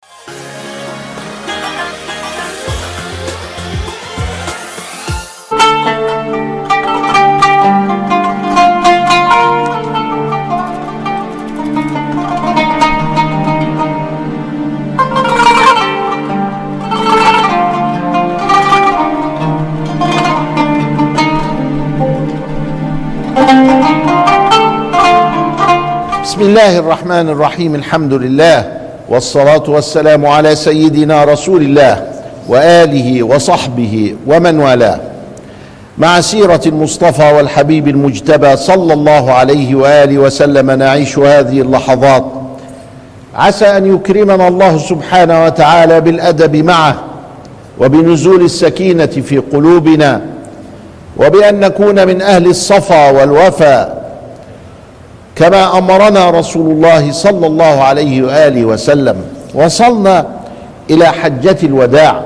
بسم الله الرحمن الرحيم. الحمد لله والصلاة والسلام على سيدنا رسول الله وآله وصحبه ومن والاه. مع سيرة المصطفى والحبيب المجتبى صلى الله عليه وآله وسلم نعيش هذه اللحظات، عسى أن يكرمنا الله سبحانه وتعالى بالأدب معه وبنزول السكينة في قلوبنا، وبأن نكون من أهل الصفا والوفا كما أمرنا رسول الله صلى الله عليه وآله وسلم. وصلنا إلى حجة الوداع،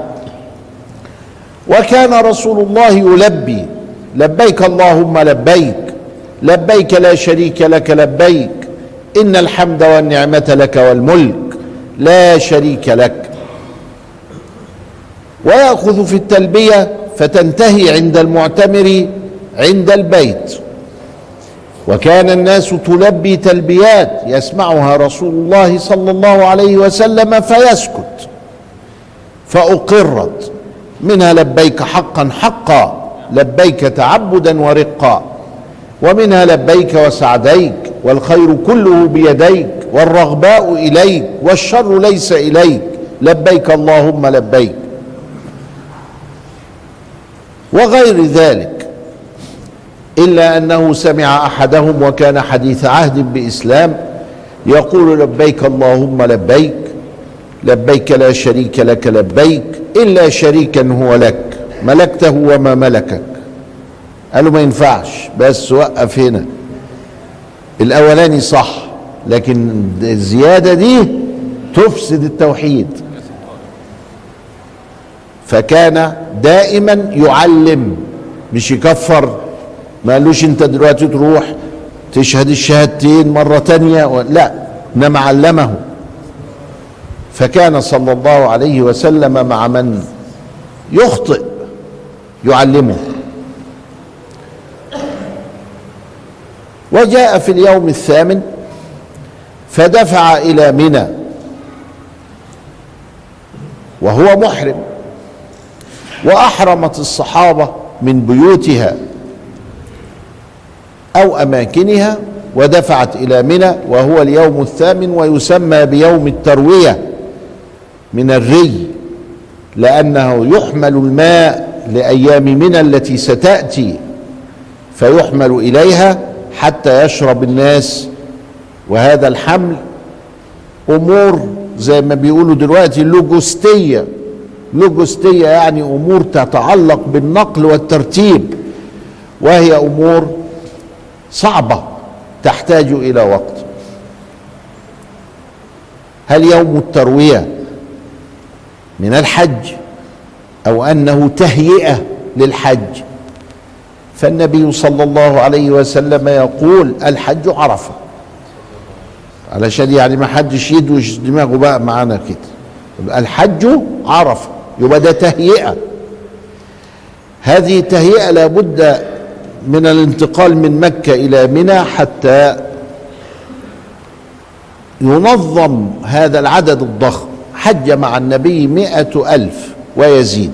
وكان رسول الله يلبي: لبيك اللهم لبيك، لبيك لا شريك لك لبيك، إن الحمد والنعمة لك والملك لا شريك لك. ويأخذ في التلبية فتنتهي عند المعتمر عند البيت. وكان الناس تلبي تلبيات يسمعها رسول الله صلى الله عليه وسلم فيسكت، فأقرت منها: لبيك حقا حقا، لبيك تعبدا ورقا، ومنها: لبيك وسعديك، والخير كله بيديك، والرغباء إليك، والشر ليس إليك، لبيك اللهم لبيك، وغير ذلك. إلا أنه سمع أحدهم وكان حديث عهد بإسلام يقول: لبيك اللهم لبيك، لبيك لا شريك لك لبيك، إلا شريكا هو لك ملكته وما ملكك. قالوا: ما ينفعش، بس وقف هنا، الأولاني صح، لكن الزيادة دي تفسد التوحيد. فكان دائما يعلم، مش يكفر. ما قالوش انت دلوقتي تروح تشهد الشهادتين مرة تانية، لا، انما علمه. فكان صلى الله عليه وسلم مع من يخطئ يعلمه. وجاء في اليوم الثامن فدفع إلى منى وهو محرم، وأحرمت الصحابة من بيوتها أو أماكنها ودفعت إلى منى، وهو اليوم الثامن، ويسمى بيوم التروية من الري، لأنه يحمل الماء لأيام منى التي ستأتي، فيحمل إليها حتى يشرب الناس. وهذا الحمل أمور زي ما بيقولوا دلوقتي لوجستية، لوجستية يعني أمور تتعلق بالنقل والترتيب، وهي أمور صعبة تحتاج إلى وقت. هل يوم التروية من الحج أو أنه تهيئة للحج؟ فالنبي صلى الله عليه وسلم يقول: الحج عرفة، علشان يعني ما حدش يدوش دماغه بقى معانا كده. الحج عرفة، يبقى ده تهيئة. هذه تهيئة لابد من الانتقال من مكة إلى منى حتى ينظم هذا العدد الضخم. حج مع النبي 100,000 ويزيد،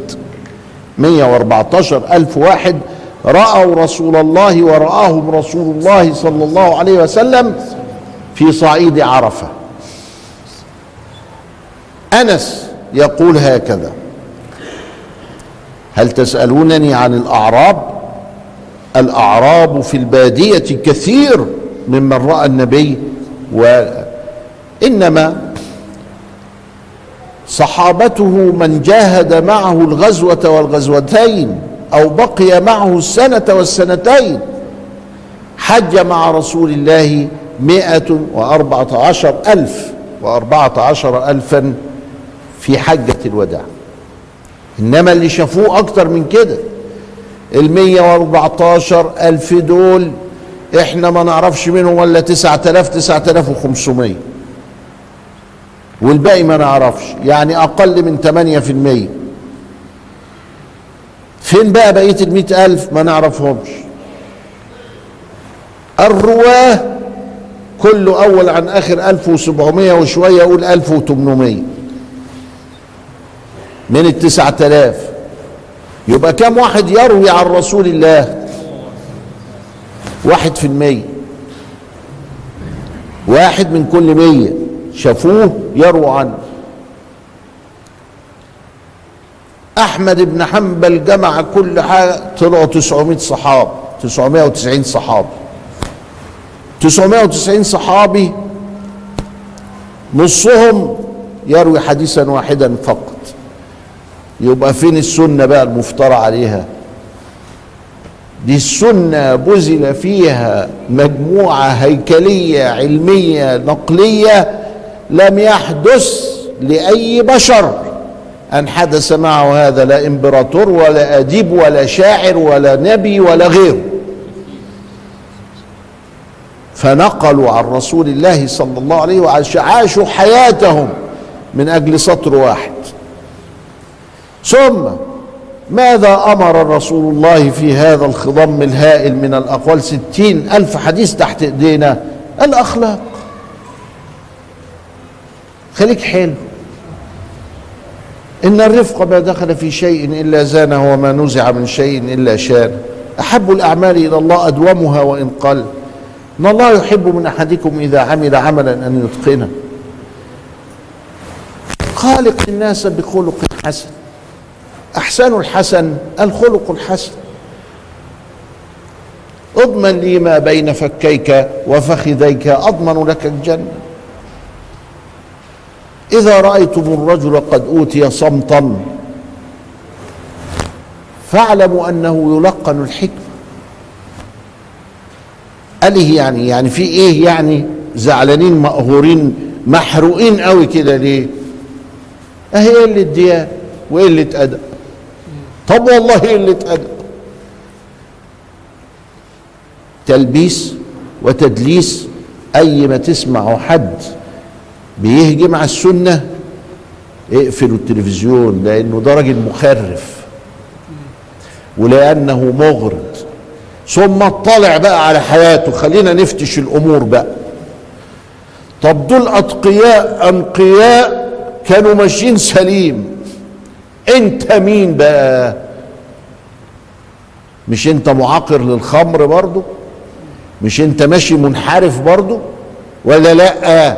114,000 واحد رأوا رسول الله ورآهم رسول الله صلى الله عليه وسلم في صعيد عرفة. أنس يقول هكذا: هل تسألونني عن الأعراب؟ الأعراب في البادية كثير ممن رأى النبي، وإنما صحابته من جاهد معه الغزوة والغزوتين أو بقي معه السنة والسنتين. حج مع رسول الله 114,000 في حجة الوداع. إنما اللي شافوه أكتر من كده، 114,000 دول احنا ما نعرفش منهم ولا 9,500. والباقي ما نعرفش، يعني اقل من 8%. فين بقى بقية ال100,000؟ ما نعرفهمش. الرواه كله اول عن اخر 1700 وشوية، يقول 1800 من ال9,000. يبقى كم واحد يروي عن رسول الله؟ 1%. 1 من كل 100 شافوه يروى عنه. احمد بن حنبل جمع كل حاجه، طلعوا 900 صحابي، 990 صحابي. 990 صحابي نصهم يروي حديثا واحدا فقط. يبقى فين السنه بقى المفترى عليها؟ دي السنه بذل فيها مجموعه هيكليه علميه نقليه لم يحدث لاي بشر ان حدث معه هذا، لا امبراطور ولا اديب ولا شاعر ولا نبي ولا غيره. فنقلوا عن رسول الله صلى الله عليه وسلم، عاشوا حياتهم من اجل سطر واحد. ثم ماذا امر رسول الله في هذا الخضم الهائل من الاقوال؟ 60,000 حديث تحت ايدينا. الاخلاق، خليك حلو. ان الرفق ما دخل في شيء الا زانه، وما نزع من شيء الا شانه. احب الاعمال الى الله ادومها وان قل. ان الله يحب من احدكم اذا عمل عملا ان يتقنه. خالق الناس بخلق حسن. احسن الحسن الخلق الحسن. اضمن لي ما بين فكيك وفخذيك اضمن لك الجنه. اذا رايتم الرجل قد اوتي صمتا فاعلموا انه يلقن الحكمه. قاله يعني في ايه؟ يعني زعلانين مقهورين محروقين قوي كده ليه؟ اهي قله ديانه وقله ادب. طب والله قله ادب. تلبيس وتدليس. اي ما تسمعوا حد بيهجم على السنه اقفلوا التلفزيون، لانه ده راجل مخرف ولانه مغرض. ثم اطلع بقى على حياته، خلينا نفتش الامور بقى. طب دول اتقياء انقياء كانوا ماشيين سليم، انت مين بقى؟ مش انت معاقر للخمر برضو؟ مش انت ماشي منحرف برضو ولا لا؟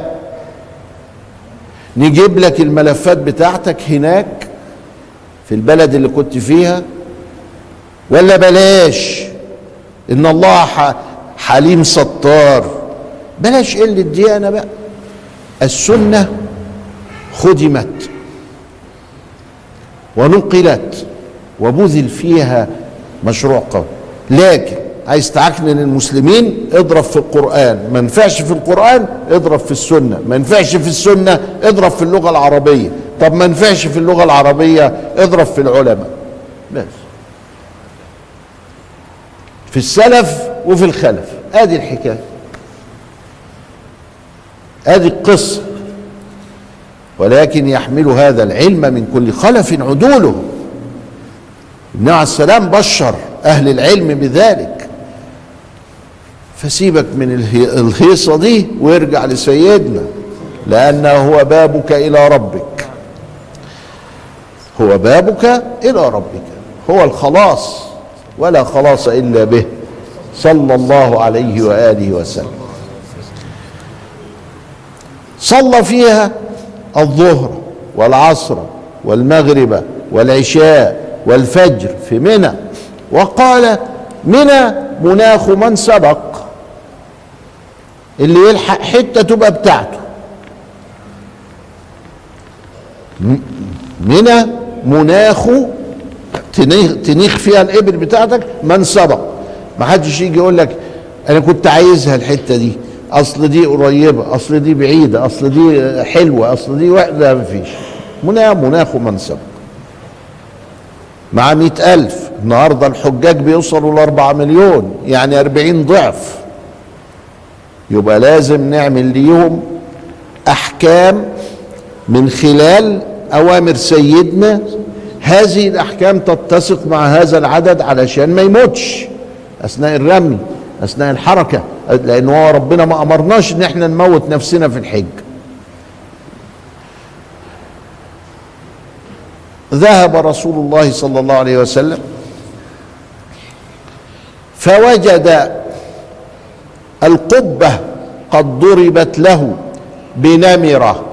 نجيب لك الملفات بتاعتك هناك في البلد اللي كنت فيها ولا بلاش؟ ان الله حليم ستار. بلاش قله ديانه بقى. السنه خدمت ونقلت وبذل فيها مشروع قوي. لكن عايز تعكنن المسلمين اضرب في القرآن، ما ينفعش في القرآن اضرب في السنة، ما ينفعش في السنة اضرب في اللغة العربية، طب ما ينفعش في اللغة العربية اضرب في العلماء. بس في السلف وفي الخلف. ادي الحكاية، ادي القصة. ولكن يحمل هذا العلم من كل خلف عدوله. النبي عليه السلام بشر اهل العلم بذلك. فسيبك من الهيصة دي وارجع لسيدنا، لأنه هو بابك إلى ربك. هو بابك إلى ربك، هو الخلاص ولا خلاص إلا به صلى الله عليه وآله وسلم. صلى فيها الظهر والعصر والمغرب والعشاء والفجر في منى، وقال منى مناخ من سبق، اللي يلحق حته تبقى بتاعته. منى مناخ تنيخ فيها الابل بتاعتك من سبق. ما حدش يجي يقول لك انا كنت عايزها الحته دي، اصل دي قريبه، اصل دي بعيده، اصل دي حلوه، اصل دي واحده. ما فيش. مناخ من سبق. مع 100,000 النهارده الحجاج بيوصلوا ل4 مليون، يعني 40 ضعف. يبقى لازم نعمل ليهم احكام من خلال أوامر سيدنا هذه الأحكام تتسق مع هذا العدد علشان ما يموتش أثناء الرمي، أثناء الحركة، لأن هو ربنا ما أمرناش إن احنا نموت نفسنا في الحج. ذهب رسول الله صلى الله عليه وسلم فوجد القبة قد ضربت له بنمرة.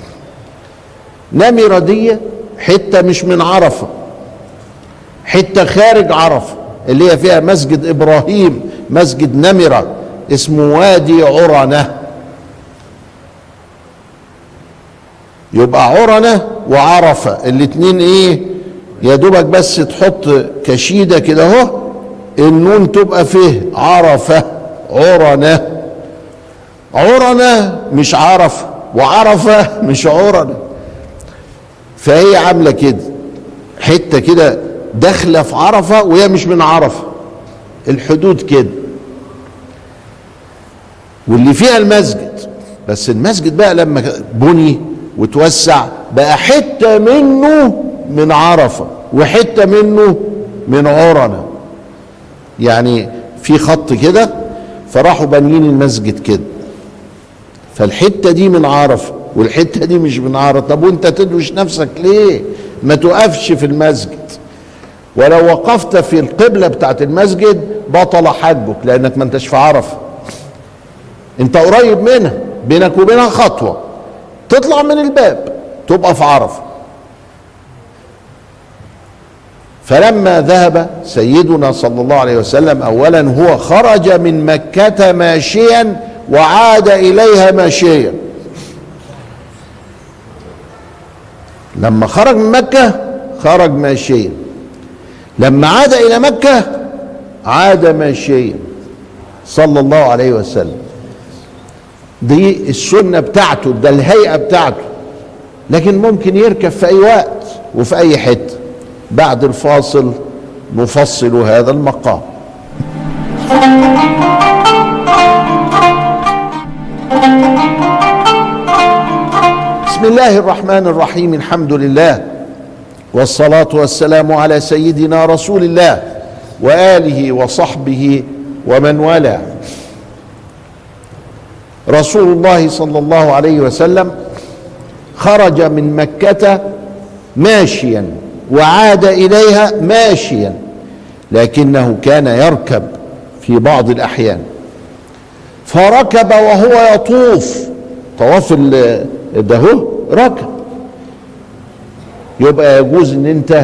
نمرة دي حتة مش من عرفة، حتة خارج عرفة اللي هي فيها مسجد إبراهيم، مسجد نمرة اسمه وادي عرنة. يبقى عرنة وعرفة الاتنين ايه، يا دوبك بس تحط كشيدة كده اهو النون تبقى فيه عرفة، عرنة. عرنة مش عرفة، وعرفة مش عرنة، فهي عاملة كده حتة كده داخلة في عرفة وهي مش من عرفة، الحدود كده، واللي فيها المسجد. بس المسجد بقى لما بني وتوسع بقى حتة منه من عرفة وحتة منه من عرنة، يعني في خط كده، فراحوا بانيين المسجد كده، فالحتة دي من عرفة والحتة دي مش من عرفة. طب وانت تدوش نفسك ليه؟ ما تقفش في المسجد، ولو وقفت في القبلة بتاعت المسجد بطل حجك لانك ما انتش في عرفة، انت قريب منها، بينك وبينها خطوة، تطلع من الباب تبقى في عرفة. فلما ذهب سيدنا صلى الله عليه وسلم اولا هو خرج من مكة ماشيا وعاد اليها ماشيا. لما خرج من مكة خرج ماشيا، لما عاد الى مكة عاد ماشيا صلى الله عليه وسلم. دي السنة بتاعته، ده الهيئة بتاعته، لكن ممكن يركب في اي وقت وفي اي حتة. بعد الفاصل نفصل هذا المقام. بسم الله الرحمن الرحيم، الحمد لله والصلاة والسلام على سيدنا رسول الله وآله وصحبه ومن والاه. رسول الله صلى الله عليه وسلم خرج من مكة ماشيا وعاد إليها ماشيا، لكنه كان يركب في بعض الأحيان، فركب وهو يطوف طواف ده ركب. يبقى يجوز ان انت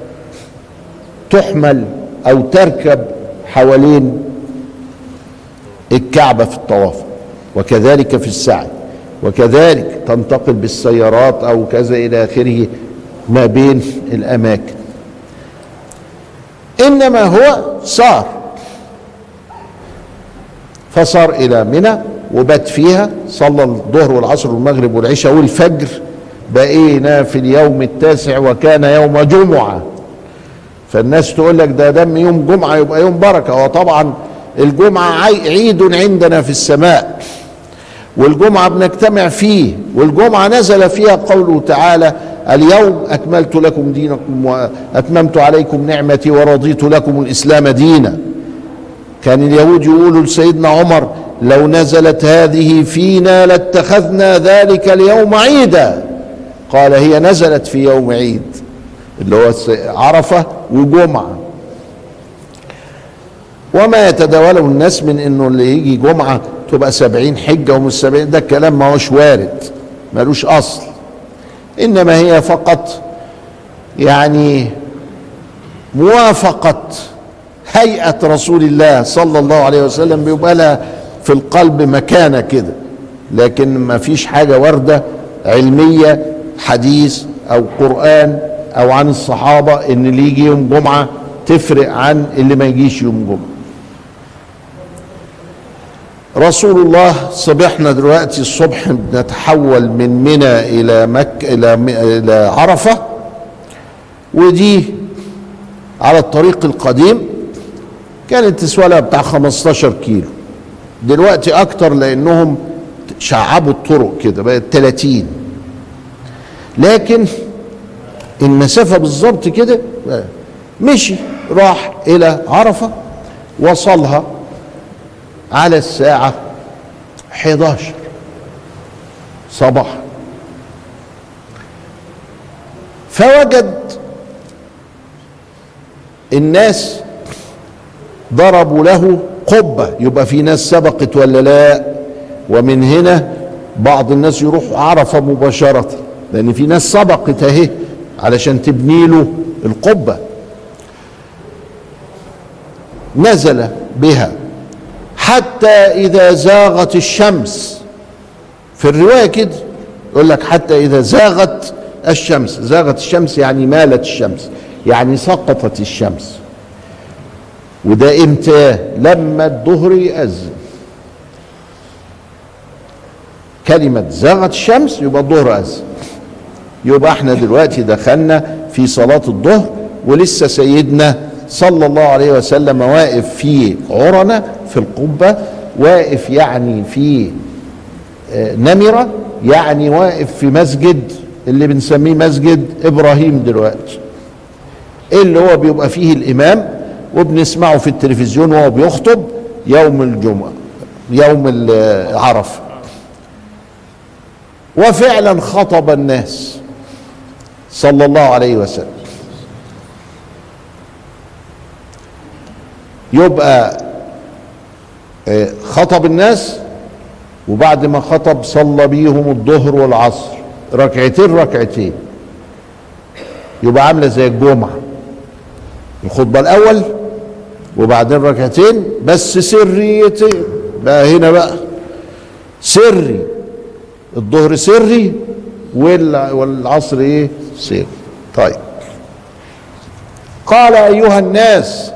تحمل او تركب حوالين الكعبة في الطواف، وكذلك في السعي، وكذلك تنتقل بالسيارات او كذا الى اخره ما بين الاماكن. انما هو صار فصار الى منى وبات فيها، صلى الظهر والعصر والمغرب والعشاء والفجر. بقينا في اليوم التاسع وكان يوم جمعة. فالناس تقول لك ده دم يوم جمعة يبقى يوم بركة، وطبعا الجمعة عيد عندنا في السماء، والجمعة بنجتمع فيه، والجمعة نزل فيها قوله تعالى: اليوم أكملت لكم دينكم وأتممت عليكم نعمتي ورضيت لكم الإسلام دينا. كان اليهود يقولوا لسيدنا عمر: لو نزلت هذه فينا لاتخذنا ذلك اليوم عيدا. قال: هي نزلت في يوم عيد اللي هو عرفة وجمعة. وما يتداوله الناس من انه اللي يجي جمعة تبقى 70 حجة ومش 70، ده الكلام ما هوش وارد، ملوش اصل، انما هي فقط يعني موافقة هيئة رسول الله صلى الله عليه وسلم، بيبقى لها في القلب مكانة كده، لكن ما فيش حاجة واردة علمية حديث او قرآن او عن الصحابة ان اللي يجي يوم جمعة تفرق عن اللي ما يجيش يوم جمعة. رسول الله صبحنا دلوقتي الصبح بنتحول من منى الى مكة الى عرفة، ودي على الطريق القديم كانت تسوى لها بتاع 15 كيلو، دلوقتي اكتر لانهم شعبوا الطرق كده بقت 30. لكن المسافة بالظبط كده، مشي راح إلى عرفة، وصلها على الساعة 11 صباحا، فوجد الناس ضربوا له قبة. يبقى في ناس سبقت ولا لا؟ ومن هنا بعض الناس يروح عرفة مباشرة، لأن في ناس سبقت اهي علشان تبني له القبة. نزل بها حتى إذا زاغت الشمس. في الرواية كده يقول لك حتى إذا زاغت الشمس. زاغت الشمس يعني مالت الشمس، يعني سقطت الشمس. وده امتى؟ لما الظهر يأذن. كلمة زاغت الشمس يبقى الظهر أذن. يبقى احنا دلوقتي دخلنا في صلاة الظهر، ولسه سيدنا صلى الله عليه وسلم واقف في عرنة في القبة، واقف يعني في نمرة، يعني واقف في مسجد اللي بنسميه مسجد إبراهيم دلوقتي، اللي هو بيبقى فيه الإمام وبنسمعه في التلفزيون وهو بيخطب يوم الجمعة يوم العرفة. وفعلا خطب الناس صلى الله عليه وسلم. يبقى خطب الناس، وبعد ما خطب صلى بيهم الظهر والعصر ركعتين. يبقى عامله زي الجمعه، الخطبه الاول وبعدين ركعتين بس سريتين. بقى هنا بقى سري، الظهر سري والعصر ايه؟ سري. طيب، قال ايها الناس.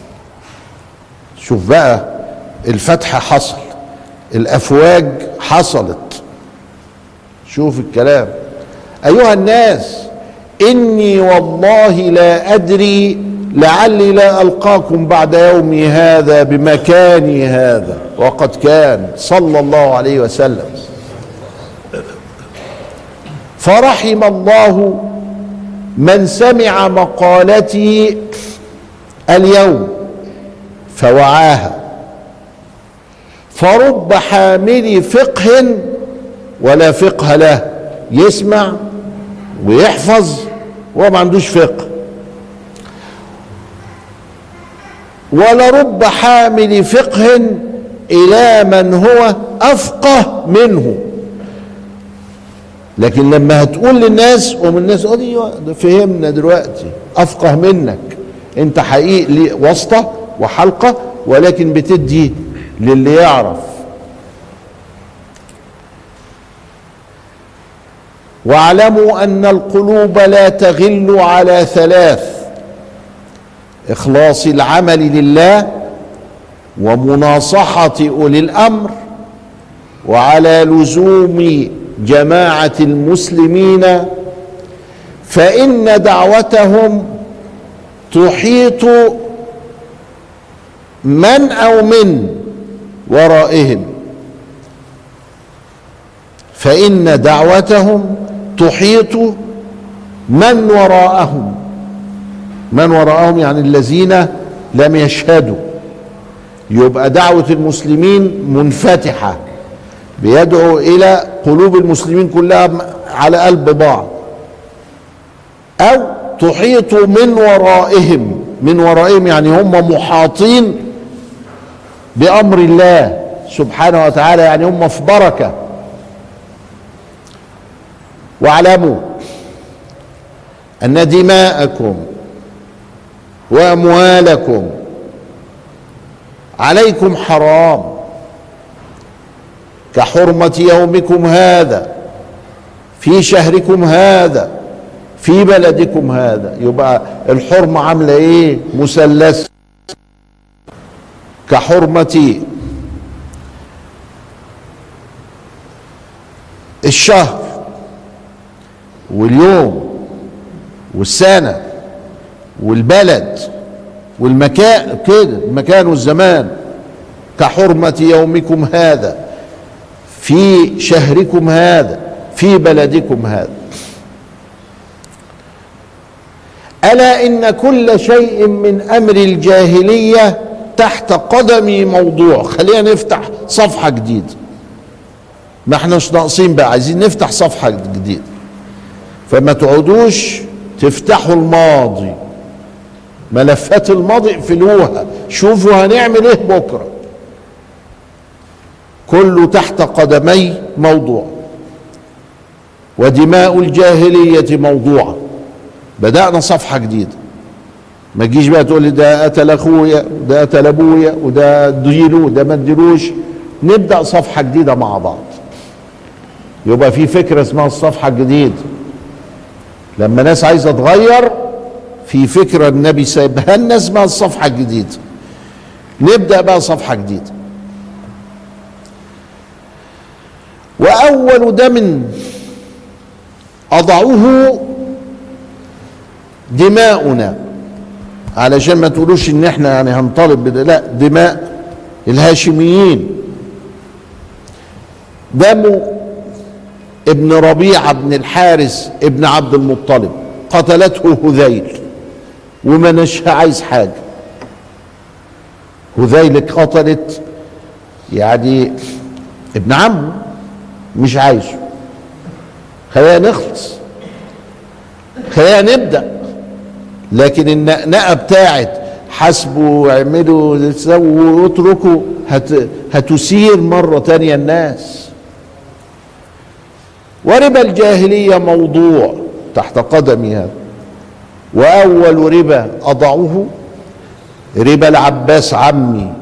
شوف بقى الفتح حصل، الافواج حصلت. شوف الكلام، ايها الناس اني والله لا ادري لعلي لا القاكم بعد يومي هذا بمكاني هذا. وقد كان صلى الله عليه وسلم. فرحم الله من سمع مقالتي اليوم فوعاها. فرب حامل فقه ولا فقه له، يسمع ويحفظ وما عندوش فقه. ولرب حامل فقه إلى من هو أفقه منه. لكن لما هتقول للناس ومن الناس فهمنا دلوقتي أفقه منك، أنت حقيقي واسطة وحلقة، ولكن بتدي للي يعرف. واعلموا أن القلوب لا تغل على ثلاث: إخلاص العمل لله، ومناصحة أولي الأمر، وعلى لزوم جماعة المسلمين، فإن دعوتهم تحيط من أو من ورائهم. فإن دعوتهم تحيط من وراءهم. من وراءهم يعني الذين لم يشهدوا. يبقى دعوة المسلمين منفتحة، بيدعو إلى قلوب المسلمين كلها على قلب بعض. أو تحيط من ورائهم. من ورائهم يعني هم محاطين بأمر الله سبحانه وتعالى، يعني هم في بركة. واعلموا أن دماءكم وأموالكم عليكم حرام كحرمة يومكم هذا في شهركم هذا في بلدكم هذا. يبقى الحرمة عاملة ايه؟ مثلث. كحرمة الشهر واليوم والسنة والبلد والمكان، كده المكان والزمان. كحرمة يومكم هذا في شهركم هذا في بلدكم هذا. ألا إن كل شيء من أمر الجاهلية تحت قدمي موضوع. خلينا نفتح صفحة جديدة، ما احناش ناقصين بقى، عايزين نفتح صفحة جديدة. فما تقعدوش تفتحوا الماضي، ملفات الماضي اقفلوها، شوفوا هنعمل ايه بكرة. كله تحت قدمي موضوع، ودماء الجاهلية موضوعة. بدأنا صفحة جديدة. ما تجيش بقى تقول لي ده قتل اخويا وده قتل ابويا وده اديله وده ما اديلوش. نبدأ صفحة جديدة مع بعض. يبقى في فكرة اسمها الصفحة الجديدة. لما ناس عايزة تغير، في فكرة النبي سايبها لنا اسمها الصفحة الجديدة. نبدأ بقى صفحة جديدة. وأول دم أضعه دماؤنا، علشان ما تقولوش ان احنا يعني هنطالب لا، دماء الهاشميين. دم ابن ربيعة بن الحارث ابن عبد المطلب، قتلته هذيل وما نش عايز حاجة. هذيل قتلت يعني ابن عمه، مش عايزه. خلينا نخلص، خلينا نبدأ. لكن النقنقة بتاعت حاسبوا واعملوا سووا واتركوا هتثير مرة تانية الناس. وربا الجاهلية موضوع تحت قدمي هذا. وأول ربا أضعه ربا العباس عمي،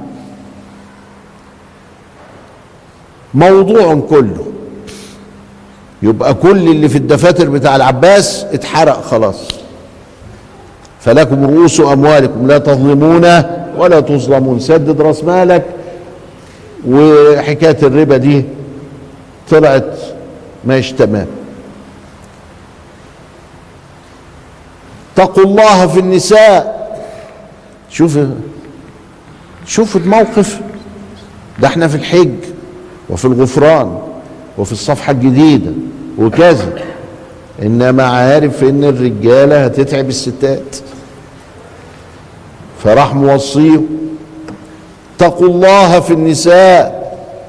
موضوع كله. يبقى كل اللي في الدفاتر بتاع العباس اتحرق خلاص. فلكم رؤوس أموالكم لا تظلمون ولا تظلمون. سدد راس مالك. وحكاية الربا دي طلعت ماشي تمام. اتقوا الله في النساء. شوف الموقف ده. احنا في الحج وفي الغفران وفي الصفحة الجديدة وكذا، انما عارف ان الرجالة هتتعب الستات، فراح موصيه اتقوا الله في النساء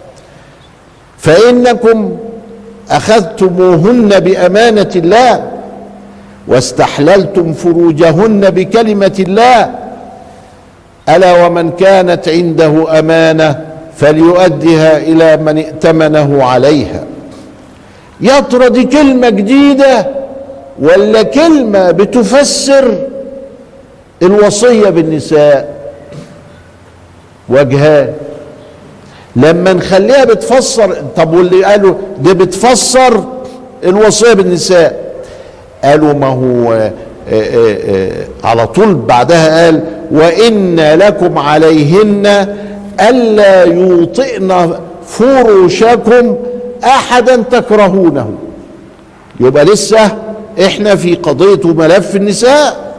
فإنكم أخذتموهن بأمانة الله واستحللتم فروجهن بكلمة الله. ألا ومن كانت عنده أمانة فليؤدها إلى من ائتمنه عليها. يا ترى دي كلمة جديدة ولا كلمة بتفسر الوصية بالنساء؟ وجهان. لما نخليها بتفسر، طب واللي قالوا دي بتفسر الوصية بالنساء، قالوا ما هو على طول بعدها قال وإن لكم عليهن ألا يوطئن فروشكم أحدا تكرهونه. يبقى لسه احنا في قضية ملف النساء.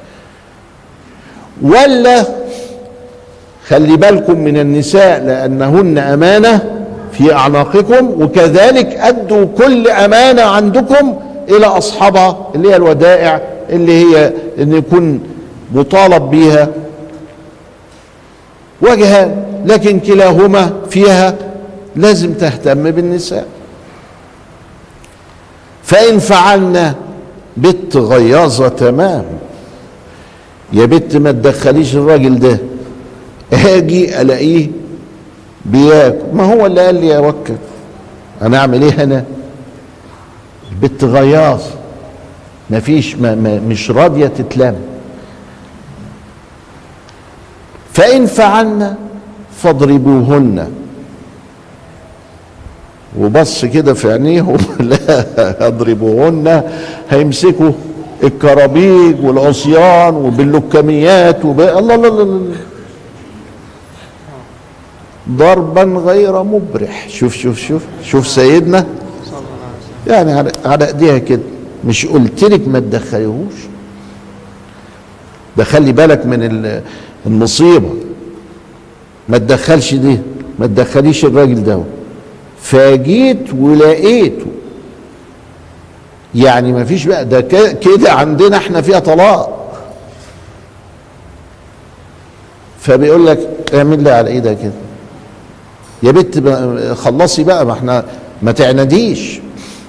ولا خلي بالكم من النساء لأنهن أمانة في أعناقكم، وكذلك أدوا كل أمانة عندكم إلى أصحابها اللي هي الودائع، اللي هي أن يكون مطالب بها. وجهان، لكن كلاهما فيها لازم تهتم بالنساء. فإن فعلنا بت غياظة تمام. يا بت ما تدخليش الراجل ده، هاجي الاقيه بياكل. ما هو اللي قال لي اوكل، انا اعمل ايه؟ انا البت غياظ، ما فيش مش راضيه تتلم. فان فعلنا فاضربوهن. وبص كده في عينيهم لا اضربوهن، هيمسكوا الكرابيج والعصيان وباللكميات الله الله الله، ضربا غير مبرح. شوف سيدنا يعني على ايديها كده. مش قلت لك ما تدخليهوش؟ ده خلي بالك من المصيبه. ما تدخلش دي، ما تدخليش الراجل ده. فجيت ولقيته يعني ما فيش بقى ده كده عندنا احنا فيها طلاق. فبيقول لك اعمل لي على ايدها كده يا بنت، خلصي بقى، ما احنا ما تعناديش.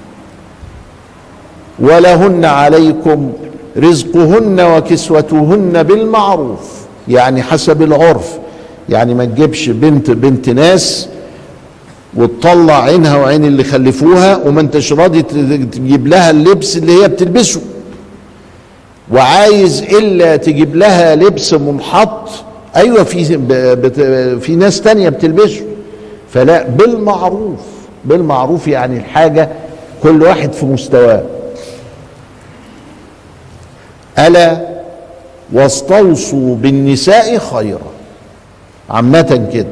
ولهن عليكم رزقهن وكسوتهن بالمعروف، يعني حسب العرف. يعني ما تجيبش بنت ناس وتطلع عينها وعين اللي خلفوها وما انتش راضي تجيب لها اللبس اللي هي بتلبسه، وعايز الا تجيب لها لبس منحط. ايوه في ناس تانية بتلبسه. فلا، بالمعروف. بالمعروف يعني الحاجة كل واحد في مستواه. ألا واستوصوا بالنساء خيرا، عامة كده.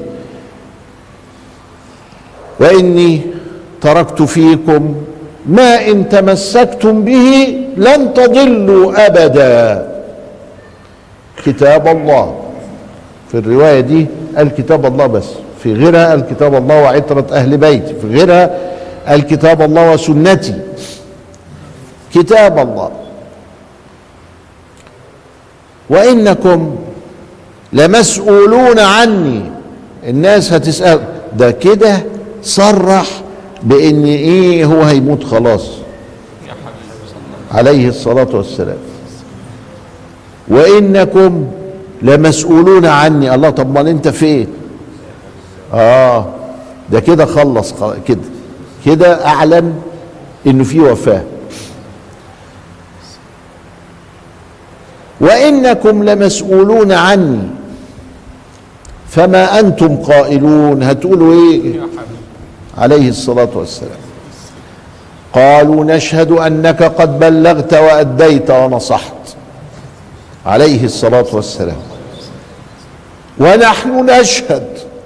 وإني تركت فيكم ما إن تمسكتم به لن تضلوا أبدا، كتاب الله. في الرواية دي قال كتاب الله بس، في غيرها قال كتاب الله وعترة أهل بيتي، في غيرها قال كتاب الله وسنتي. كتاب الله. وإنكم لمسؤولون عني، الناس هتسأل. ده كده صرح بأن إيه، هو هيموت خلاص عليه الصلاة والسلام. وإنكم لمسؤولون عني. الله، طب ما انت فين؟ ده كده خلص كده اعلن انه في وفاة. وانكم لمسؤولون عني فما انتم قائلون، هتقولوا ايه؟ عليه الصلاة والسلام. قالوا نشهد انك قد بلغت واديت ونصحت، عليه الصلاة والسلام. ونحن نشهد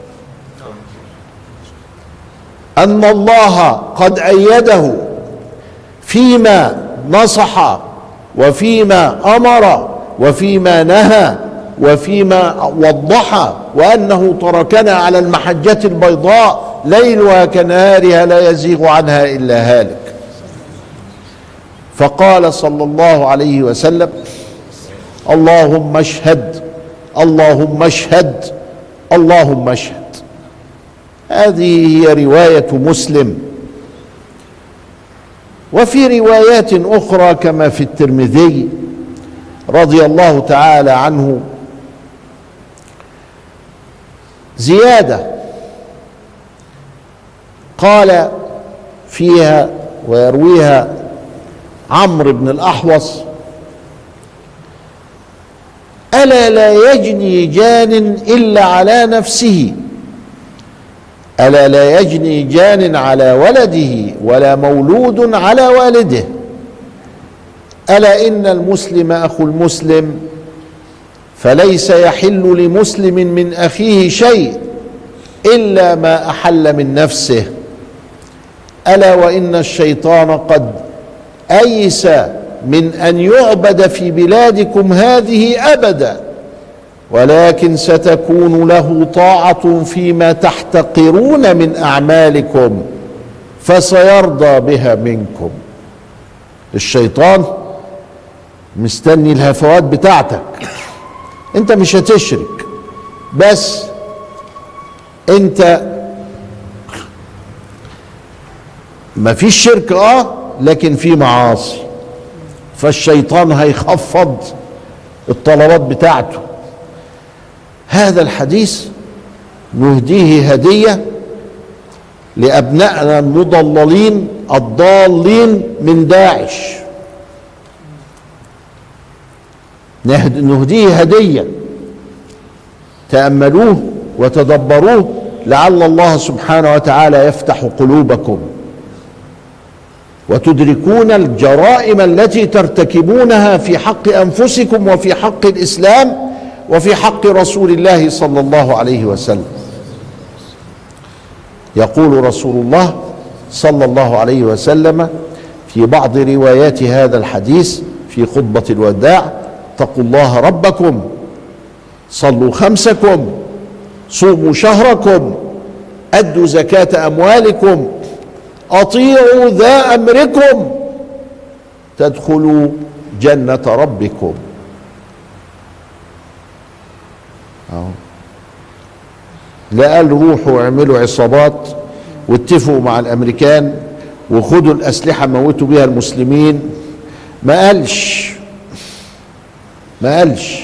أن الله قد أيده فيما نصح وفيما أمر وفيما نهى وفيما وضح، وأنه تركنا على المحجة البيضاء ليلها كنهارها لا يزيغ عنها إلا هالك. فقال صلى الله عليه وسلم: اللهم اشهد، اللهم اشهد، اللهم اشهد. هذه هي رواية مسلم. وفي روايات أخرى كما في الترمذي رضي الله تعالى عنه زيادة قال فيها ويرويها عمرو بن الأحوص: ألا لا يجني جان إلا على نفسه، ألا لا يجني جان على ولده ولا مولود على والده، ألا إن المسلم أخو المسلم، فليس يحل لمسلم من أخيه شيء إلا ما أحل من نفسه، ألا وإن الشيطان قد أيس من أن يعبد في بلادكم هذه أبدا، ولكن ستكون له طاعة فيما تحتقرون من أعمالكم فسيرضى بها منكم. الشيطان مستني الهفوات بتاعتك، انت مش هتشرك، بس انت ما فيش شرك لكن في معاصي، فالشيطان هيخفض الطلبات بتاعته. هذا الحديث نهديه هدية لأبنائنا المضللين الضالين من داعش، نهديه هدية، تأملوه وتدبروه لعل الله سبحانه وتعالى يفتح قلوبكم وتدركون الجرائم التي ترتكبونها في حق أنفسكم وفي حق الإسلام وفي حق رسول الله صلى الله عليه وسلم. يقول رسول الله صلى الله عليه وسلم في بعض روايات هذا الحديث في خطبة الوداع: اتقوا الله ربكم، صلوا خمسكم، صوموا شهركم، أدوا زكاة أموالكم، أطيعوا ذا أمركم، تدخلوا جنة ربكم. لا قال روحوا اعملوا عصابات واتفقوا مع الامريكان وخدوا الاسلحه موتوا بيها المسلمين. ما قالش.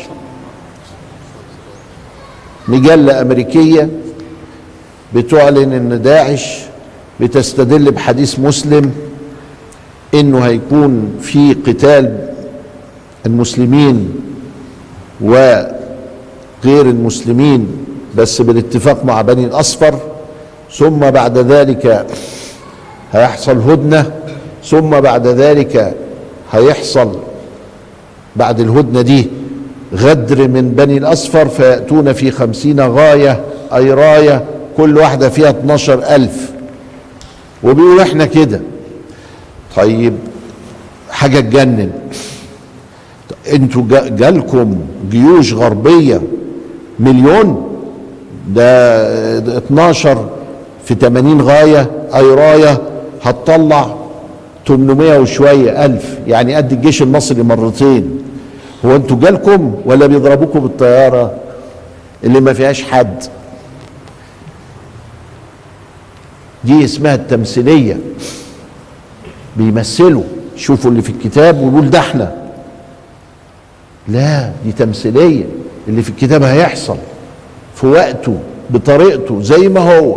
مجله امريكيه بتعلن ان داعش بتستدل بحديث مسلم انه هيكون في قتال المسلمين وغير المسلمين بس بالاتفاق مع بني الاصفر، ثم بعد ذلك هيحصل هدنه، ثم بعد ذلك هيحصل بعد الهدنه دي غدر من بني الاصفر فياتون في 50 غايه اي رايه كل واحده فيها 12,000 وبيقولوا احنا كده. طيب حاجه تجنن، انتوا جالكم جيوش غربيه مليون، ده 12 في 80 غايه اي رايه هتطلع 800 وشويه الف، يعني قد الجيش المصري مرتين. هو انتوا جالكم ولا بيضربوكم بالطياره اللي ما فيهاش حد؟ دي اسمها التمثيليه، بيمثلوا، شوفوا اللي في الكتاب ويقول ده احنا. لا، دي تمثيليه، اللي في الكتاب هيحصل في وقته بطريقته زي ما هو،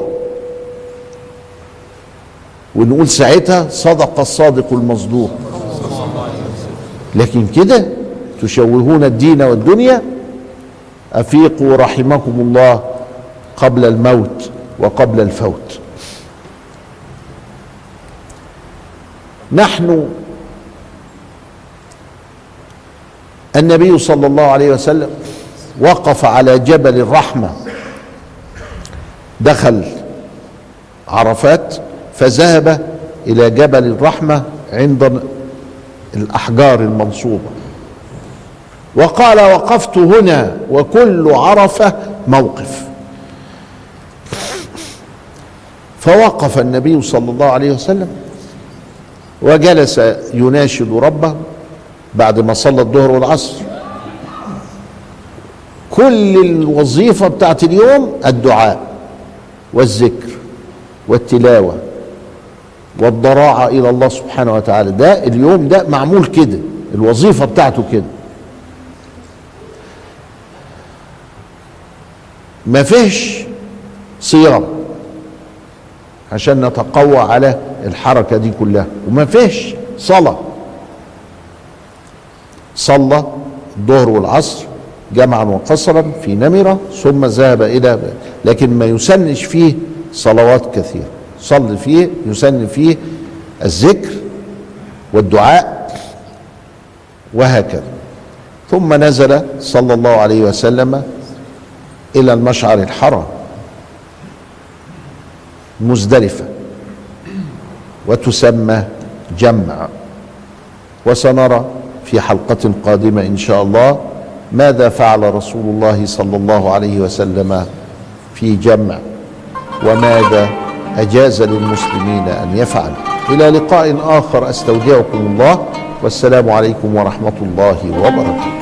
ونقول ساعتها صدق الصادق المصدوق. لكن كده تشوهون الدين والدنيا. افيقوا رحمكم الله قبل الموت وقبل الفوت. نحن النبي صلى الله عليه وسلم وقف على جبل الرحمة، دخل عرفات فذهب إلى جبل الرحمة عند الأحجار المنصوبة وقال وقفت هنا وكل عرفة موقف. فوقف النبي صلى الله عليه وسلم وجلس يناشد ربه بعد ما صلى الظهر والعصر. كل الوظيفة بتاعت اليوم الدعاء والذكر والتلاوة والضراعة إلى الله سبحانه وتعالى. ده اليوم ده معمول كده، الوظيفة بتاعته كده، ما فيش صيام عشان نتقوى على الحركة دي كلها، وما فيش صلاة. صلى الظهر والعصر جمعا وقصرا في نمرة ثم ذهب إلى، لكن ما يسنش فيه صلوات كثيرة. صلي فيه يسن فيه الذكر والدعاء وهكذا. ثم نزل صلى الله عليه وسلم إلى المشعر الحرام مزدلفة وتسمى جمع. وسنرى في حلقة قادمة إن شاء الله ماذا فعل رسول الله صلى الله عليه وسلم في جمع وماذا أجاز للمسلمين أن يفعلوا. إلى لقاء آخر، أستودعكم الله والسلام عليكم ورحمة الله وبركاته.